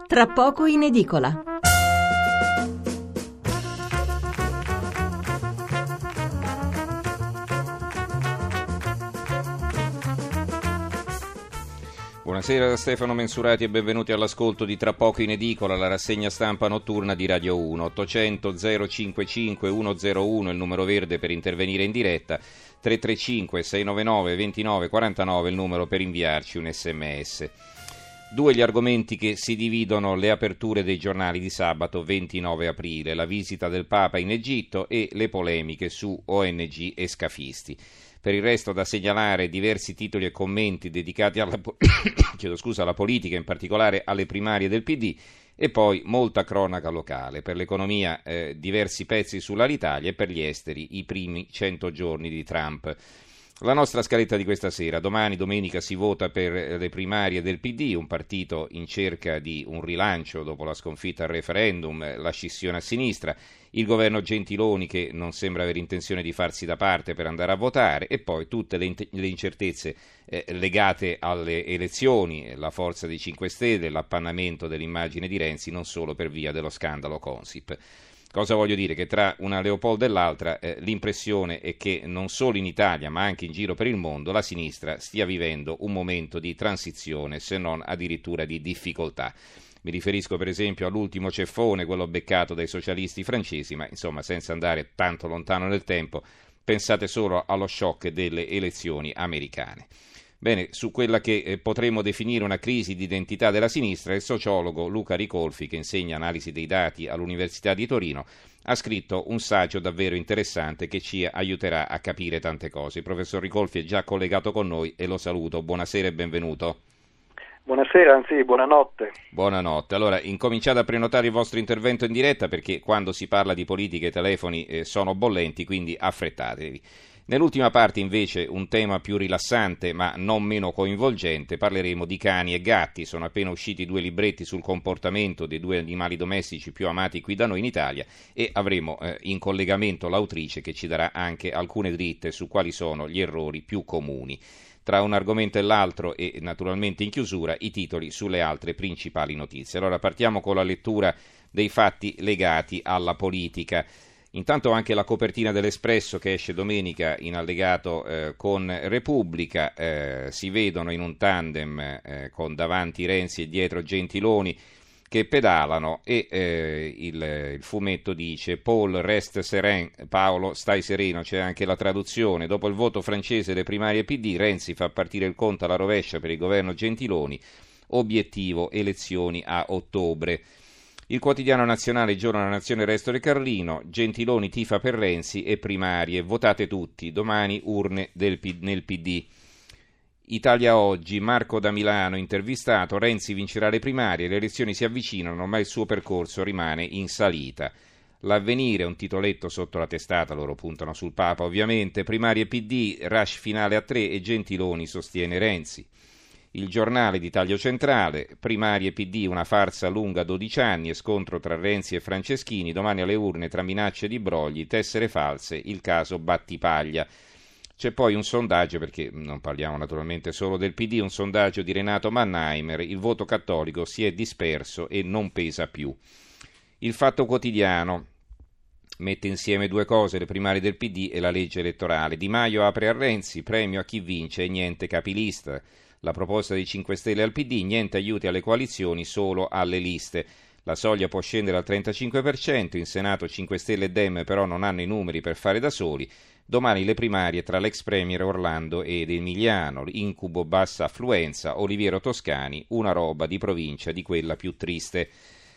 Tra poco in edicola. Buonasera da Stefano Mensurati e benvenuti all'ascolto di Tra poco in edicola, la rassegna stampa notturna di Radio 1. 800 055 101 il numero verde per intervenire in diretta, 335 699 29 49 il numero per inviarci un sms. Due gli argomenti che si dividono le aperture dei giornali di sabato 29 aprile, la visita del Papa in Egitto e le polemiche su ONG e scafisti. Per il resto da segnalare diversi titoli e commenti dedicati alla politica, in particolare alle primarie del PD, e poi molta cronaca locale. Per l'economia diversi pezzi sull'Alitalia e per gli esteri i primi 100 giorni di Trump. La nostra scaletta di questa sera: domani, domenica, si vota per le primarie del PD, un partito in cerca di un rilancio dopo la sconfitta al referendum, la scissione a sinistra, il governo Gentiloni che non sembra avere intenzione di farsi da parte per andare a votare, e poi tutte le incertezze legate alle elezioni, la forza dei 5 Stelle, l'appannamento dell'immagine di Renzi non solo per via dello scandalo Consip. Cosa voglio dire? Che tra una Leopolda e l'altra l'impressione è che non solo in Italia ma anche in giro per il mondo la sinistra stia vivendo un momento di transizione, se non addirittura di difficoltà. Mi riferisco per esempio all'ultimo ceffone, quello beccato dai socialisti francesi, ma insomma senza andare tanto lontano nel tempo, pensate solo allo shock delle elezioni americane. Bene, su quella che potremmo definire una crisi di identità della sinistra, il sociologo Luca Ricolfi, che insegna analisi dei dati all'Università di Torino, ha scritto un saggio davvero interessante che ci aiuterà a capire tante cose. Il professor Ricolfi è già collegato con noi e lo saluto. Buonasera e benvenuto. Buonasera, anzi buonanotte. Buonanotte. Allora, incominciate a prenotare il vostro intervento in diretta perché quando si parla di politica i telefoni sono bollenti, quindi affrettatevi. Nell'ultima parte invece un tema più rilassante ma non meno coinvolgente, parleremo di cani e gatti. Sono appena usciti 2 libretti sul comportamento dei 2 animali domestici più amati qui da noi in Italia e avremo in collegamento l'autrice che ci darà anche alcune dritte su quali sono gli errori più comuni. Tra un argomento e l'altro e naturalmente in chiusura i titoli sulle altre principali notizie. Allora partiamo con la lettura dei fatti legati alla politica. Intanto anche la copertina dell'Espresso che esce domenica in allegato con Repubblica, si vedono in un tandem con davanti Renzi e dietro Gentiloni che pedalano e il fumetto dice Paul reste serein, Paolo stai sereno, c'è anche la traduzione. Dopo il voto francese delle primarie PD, Renzi fa partire il conto alla rovescia per il governo Gentiloni, obiettivo elezioni a ottobre. Il quotidiano nazionale, Giorno della Nazione, Resto del Carlino, Gentiloni tifa per Renzi e primarie, votate tutti, domani urne nel PD. Italia Oggi, Marco da Milano, intervistato, Renzi vincerà le primarie, le elezioni si avvicinano ma il suo percorso rimane in salita. L'Avvenire, un titoletto sotto la testata, loro puntano sul Papa ovviamente, primarie PD, rush finale a 3 e Gentiloni sostiene Renzi. Il Giornale di taglio centrale, primarie PD, una farsa lunga 12 anni e scontro tra Renzi e Franceschini, domani alle urne tra minacce di brogli, tessere false, il caso Battipaglia. C'è poi un sondaggio, perché non parliamo naturalmente solo del PD, un sondaggio di Renato Mannheimer, il voto cattolico si è disperso e non pesa più. Il Fatto Quotidiano mette insieme 2 cose, le primarie del PD e la legge elettorale. Di Maio apre a Renzi, premio a chi vince e niente capilista. La proposta dei 5 Stelle al PD, niente aiuti alle coalizioni, solo alle liste. La soglia può scendere al 35%, in Senato 5 Stelle e Dem però non hanno i numeri per fare da soli. Domani le primarie tra l'ex premier Orlando ed Emiliano, incubo bassa affluenza, Oliviero Toscani, una roba di provincia di quella più triste.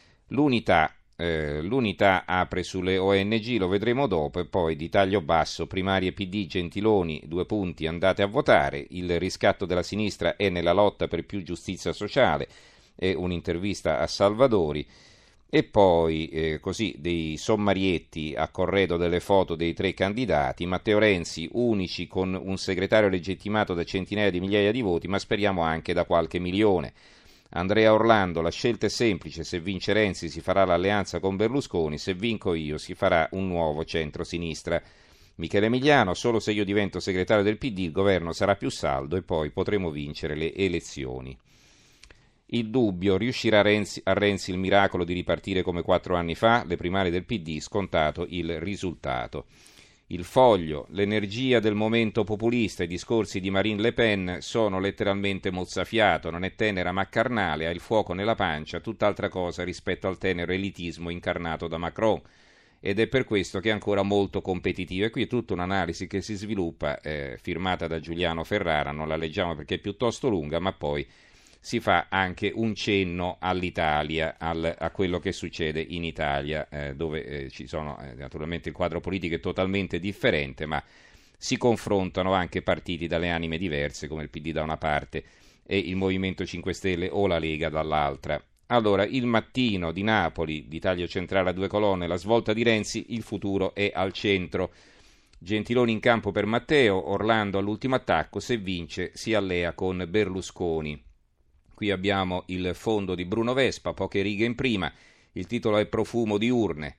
L'unità apre sulle ONG, lo vedremo dopo, e poi di taglio basso, primarie PD, Gentiloni, 2 punti, andate a votare, il riscatto della sinistra è nella lotta per più giustizia sociale, è un'intervista a Salvadori, e poi così dei sommarietti a corredo delle foto dei 3 candidati, Matteo Renzi, unici con un segretario legittimato da centinaia di migliaia di voti, ma speriamo anche da qualche milione. Andrea Orlando, la scelta è semplice, se vince Renzi si farà l'alleanza con Berlusconi, se vinco io si farà un nuovo centro-sinistra. Michele Emiliano, solo se io divento segretario del PD il governo sarà più saldo e poi potremo vincere le elezioni. Il dubbio, riuscirà a Renzi il miracolo di ripartire come 4 anni fa? Le primarie del PD, scontato il risultato. Il Foglio, l'energia del momento populista, i discorsi di Marine Le Pen sono letteralmente mozzafiato, non è tenera ma carnale, ha il fuoco nella pancia, tutt'altra cosa rispetto al tenero elitismo incarnato da Macron. Ed è per questo che è ancora molto competitivo. E qui è tutta un'analisi che si sviluppa, firmata da Giuliano Ferrara, non la leggiamo perché è piuttosto lunga, ma poi si fa anche un cenno all'Italia, a quello che succede in Italia, dove ci sono, naturalmente il quadro politico è totalmente differente, ma si confrontano anche partiti dalle anime diverse, come il PD da una parte e il Movimento 5 Stelle o la Lega dall'altra. Allora, Il Mattino di Napoli, di taglio centrale a 2 colonne, la svolta di Renzi, il futuro è al centro. Gentiloni in campo per Matteo, Orlando all'ultimo attacco, se vince si allea con Berlusconi. Qui abbiamo il fondo di Bruno Vespa, poche righe in prima, il titolo è Profumo di urne.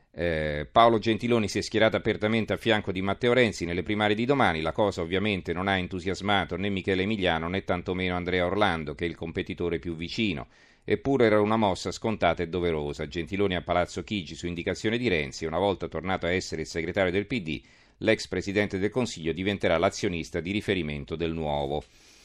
Paolo Gentiloni si è schierato apertamente a fianco di Matteo Renzi nelle primarie di domani, la cosa ovviamente non ha entusiasmato né Michele Emiliano né tantomeno Andrea Orlando, che è il competitore più vicino. Eppure era una mossa scontata e doverosa. Gentiloni a Palazzo Chigi su indicazione di Renzi, una volta tornato a essere il segretario del PD, l'ex presidente del Consiglio diventerà l'azionista di riferimento del nuovo.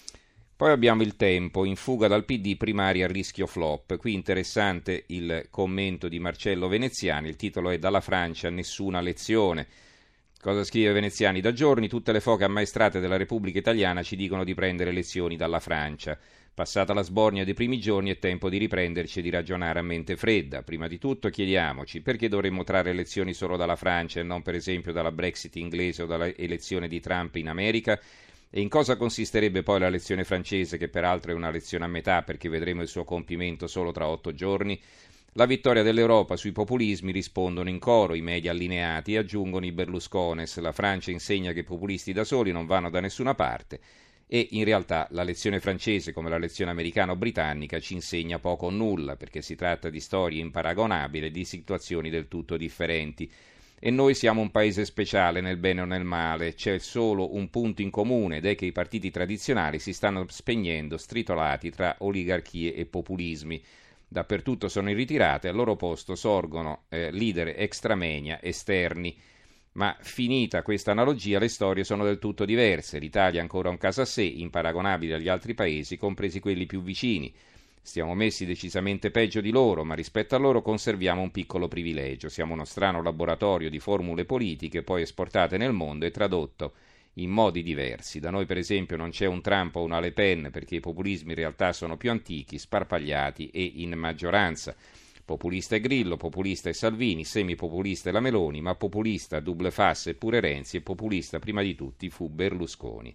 Poi abbiamo Il Tempo, in fuga dal PD, primaria a rischio flop. Qui interessante il commento di Marcello Veneziani, il titolo è Dalla Francia nessuna lezione. Cosa scrive Veneziani? Da giorni tutte le foche ammaestrate della Repubblica Italiana ci dicono di prendere lezioni dalla Francia. Passata la sbornia dei primi giorni è tempo di riprenderci e di ragionare a mente fredda. Prima di tutto chiediamoci perché dovremmo trarre lezioni solo dalla Francia e non per esempio dalla Brexit inglese o dalla elezione di Trump in America? E in cosa consisterebbe poi la lezione francese, che peraltro è una lezione a metà perché vedremo il suo compimento solo tra 8 giorni? La vittoria dell'Europa sui populismi, rispondono in coro i media allineati e aggiungono i Berluscones. La Francia insegna che i populisti da soli non vanno da nessuna parte e in realtà la lezione francese, come la lezione americano-britannica, ci insegna poco o nulla perché si tratta di storie imparagonabili e di situazioni del tutto differenti. E noi siamo un paese speciale nel bene o nel male, c'è solo un punto in comune ed è che i partiti tradizionali si stanno spegnendo stritolati tra oligarchie e populismi. Dappertutto sono in ritirata e al loro posto sorgono leader extramoenia esterni. Ma finita questa analogia le storie sono del tutto diverse. L'Italia è ancora un caso a sé, imparagonabile agli altri paesi, compresi quelli più vicini. Stiamo messi decisamente peggio di loro, ma rispetto a loro conserviamo un piccolo privilegio. Siamo uno strano laboratorio di formule politiche poi esportate nel mondo e tradotto in modi diversi. Da noi per esempio non c'è un Trump o una Le Pen perché i populismi in realtà sono più antichi, sparpagliati e in maggioranza. Populista è Grillo, populista è Salvini, semipopulista è la Meloni, ma populista, double face e pure Renzi e populista prima di tutti fu Berlusconi.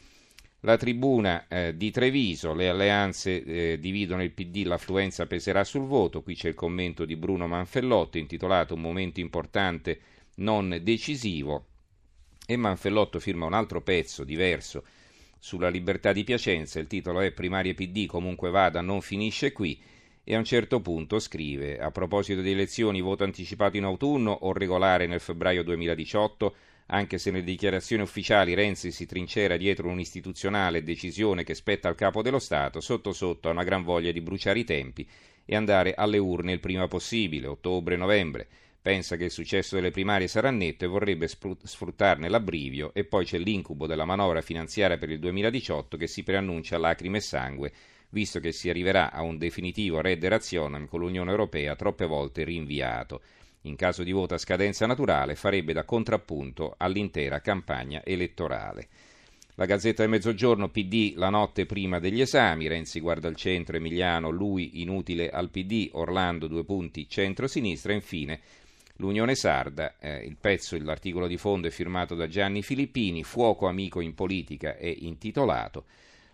La Tribuna di Treviso, le alleanze dividono il PD, l'affluenza peserà sul voto. Qui c'è il commento di Bruno Manfellotto intitolato Un momento importante non decisivo e Manfellotto firma un altro pezzo diverso sulla libertà di Piacenza, il titolo è Primarie PD comunque vada non finisce qui e a un certo punto scrive a proposito di elezioni voto anticipato in autunno o regolare nel febbraio 2018. Anche se nelle dichiarazioni ufficiali Renzi si trincera dietro un'istituzionale decisione che spetta al capo dello Stato, sotto sotto ha una gran voglia di bruciare i tempi e andare alle urne il prima possibile, ottobre-novembre. Pensa che il successo delle primarie sarà netto e vorrebbe sfruttarne l'abbrivio e poi c'è l'incubo della manovra finanziaria per il 2018 che si preannuncia lacrime e sangue, visto che si arriverà a un definitivo redde rationem con l'Unione Europea troppe volte rinviato. In caso di voto a scadenza naturale farebbe da contrappunto all'intera campagna elettorale. La Gazzetta del Mezzogiorno, PD, la notte prima degli esami, Renzi guarda al centro, Emiliano, lui inutile al PD, Orlando, 2 punti, centro-sinistra, e infine l'Unione Sarda, l'articolo di fondo è firmato da Gianni Filippini, fuoco amico in politica è intitolato.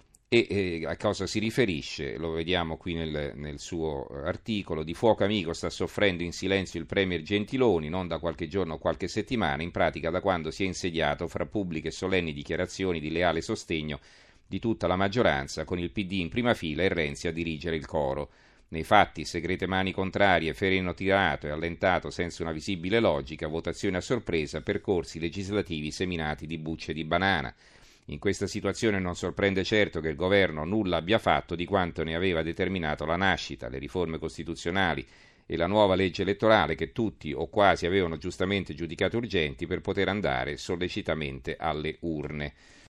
E a cosa si riferisce? Lo vediamo qui nel suo articolo. Di fuoco amico sta soffrendo in silenzio il premier Gentiloni, non da qualche giorno o qualche settimana, in pratica da quando si è insediato fra pubbliche e solenni dichiarazioni di leale sostegno di tutta la maggioranza, con il PD in prima fila e Renzi a dirigere il coro. Nei fatti, segrete mani contrarie, freno tirato e allentato senza una visibile logica, votazioni a sorpresa, percorsi legislativi seminati di bucce di banana. In questa situazione non sorprende certo che il governo nulla abbia fatto di quanto ne aveva determinato la nascita, le riforme costituzionali e la nuova legge elettorale che tutti o quasi avevano giustamente giudicato urgenti per poter andare sollecitamente alle urne.